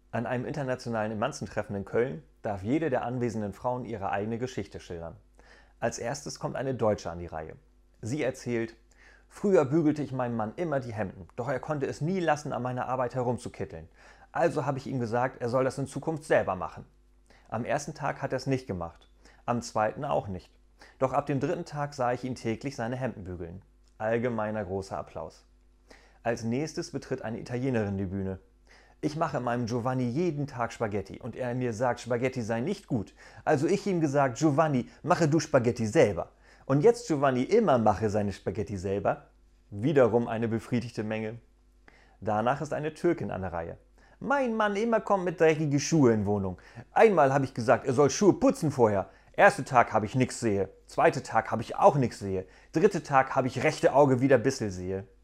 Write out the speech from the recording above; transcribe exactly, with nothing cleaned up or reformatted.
An einem internationalen Emanzentreffen in Köln darf jede der anwesenden Frauen ihre eigene Geschichte schildern. Als erstes kommt eine Deutsche an die Reihe. Sie erzählt: Früher bügelte ich meinem Mann immer die Hemden, doch er konnte es nie lassen, an meiner Arbeit herumzukitteln. Also habe ich ihm gesagt, er soll das in Zukunft selber machen. Am ersten Tag hat er es nicht gemacht, am zweiten auch nicht. Doch ab dem dritten Tag sah ich ihn täglich seine Hemden bügeln. Allgemeiner großer Applaus. Als nächstes betritt eine Italienerin die Bühne. Ich mache meinem Giovanni jeden Tag Spaghetti und er mir sagt, Spaghetti sei nicht gut. Also ich ihm gesagt, Giovanni, mache du Spaghetti selber. Und jetzt Giovanni immer mache seine Spaghetti selber. Wiederum eine befriedigte Menge. Danach ist eine Türkin an der Reihe. Mein Mann immer kommt mit dreckigen Schuhe in Wohnung. Einmal habe ich gesagt, er soll Schuhe putzen vorher. Erster Tag habe ich nix sehe. Zweiter Tag habe ich auch nix sehe. Dritter Tag habe ich rechte Auge wieder bissel sehe.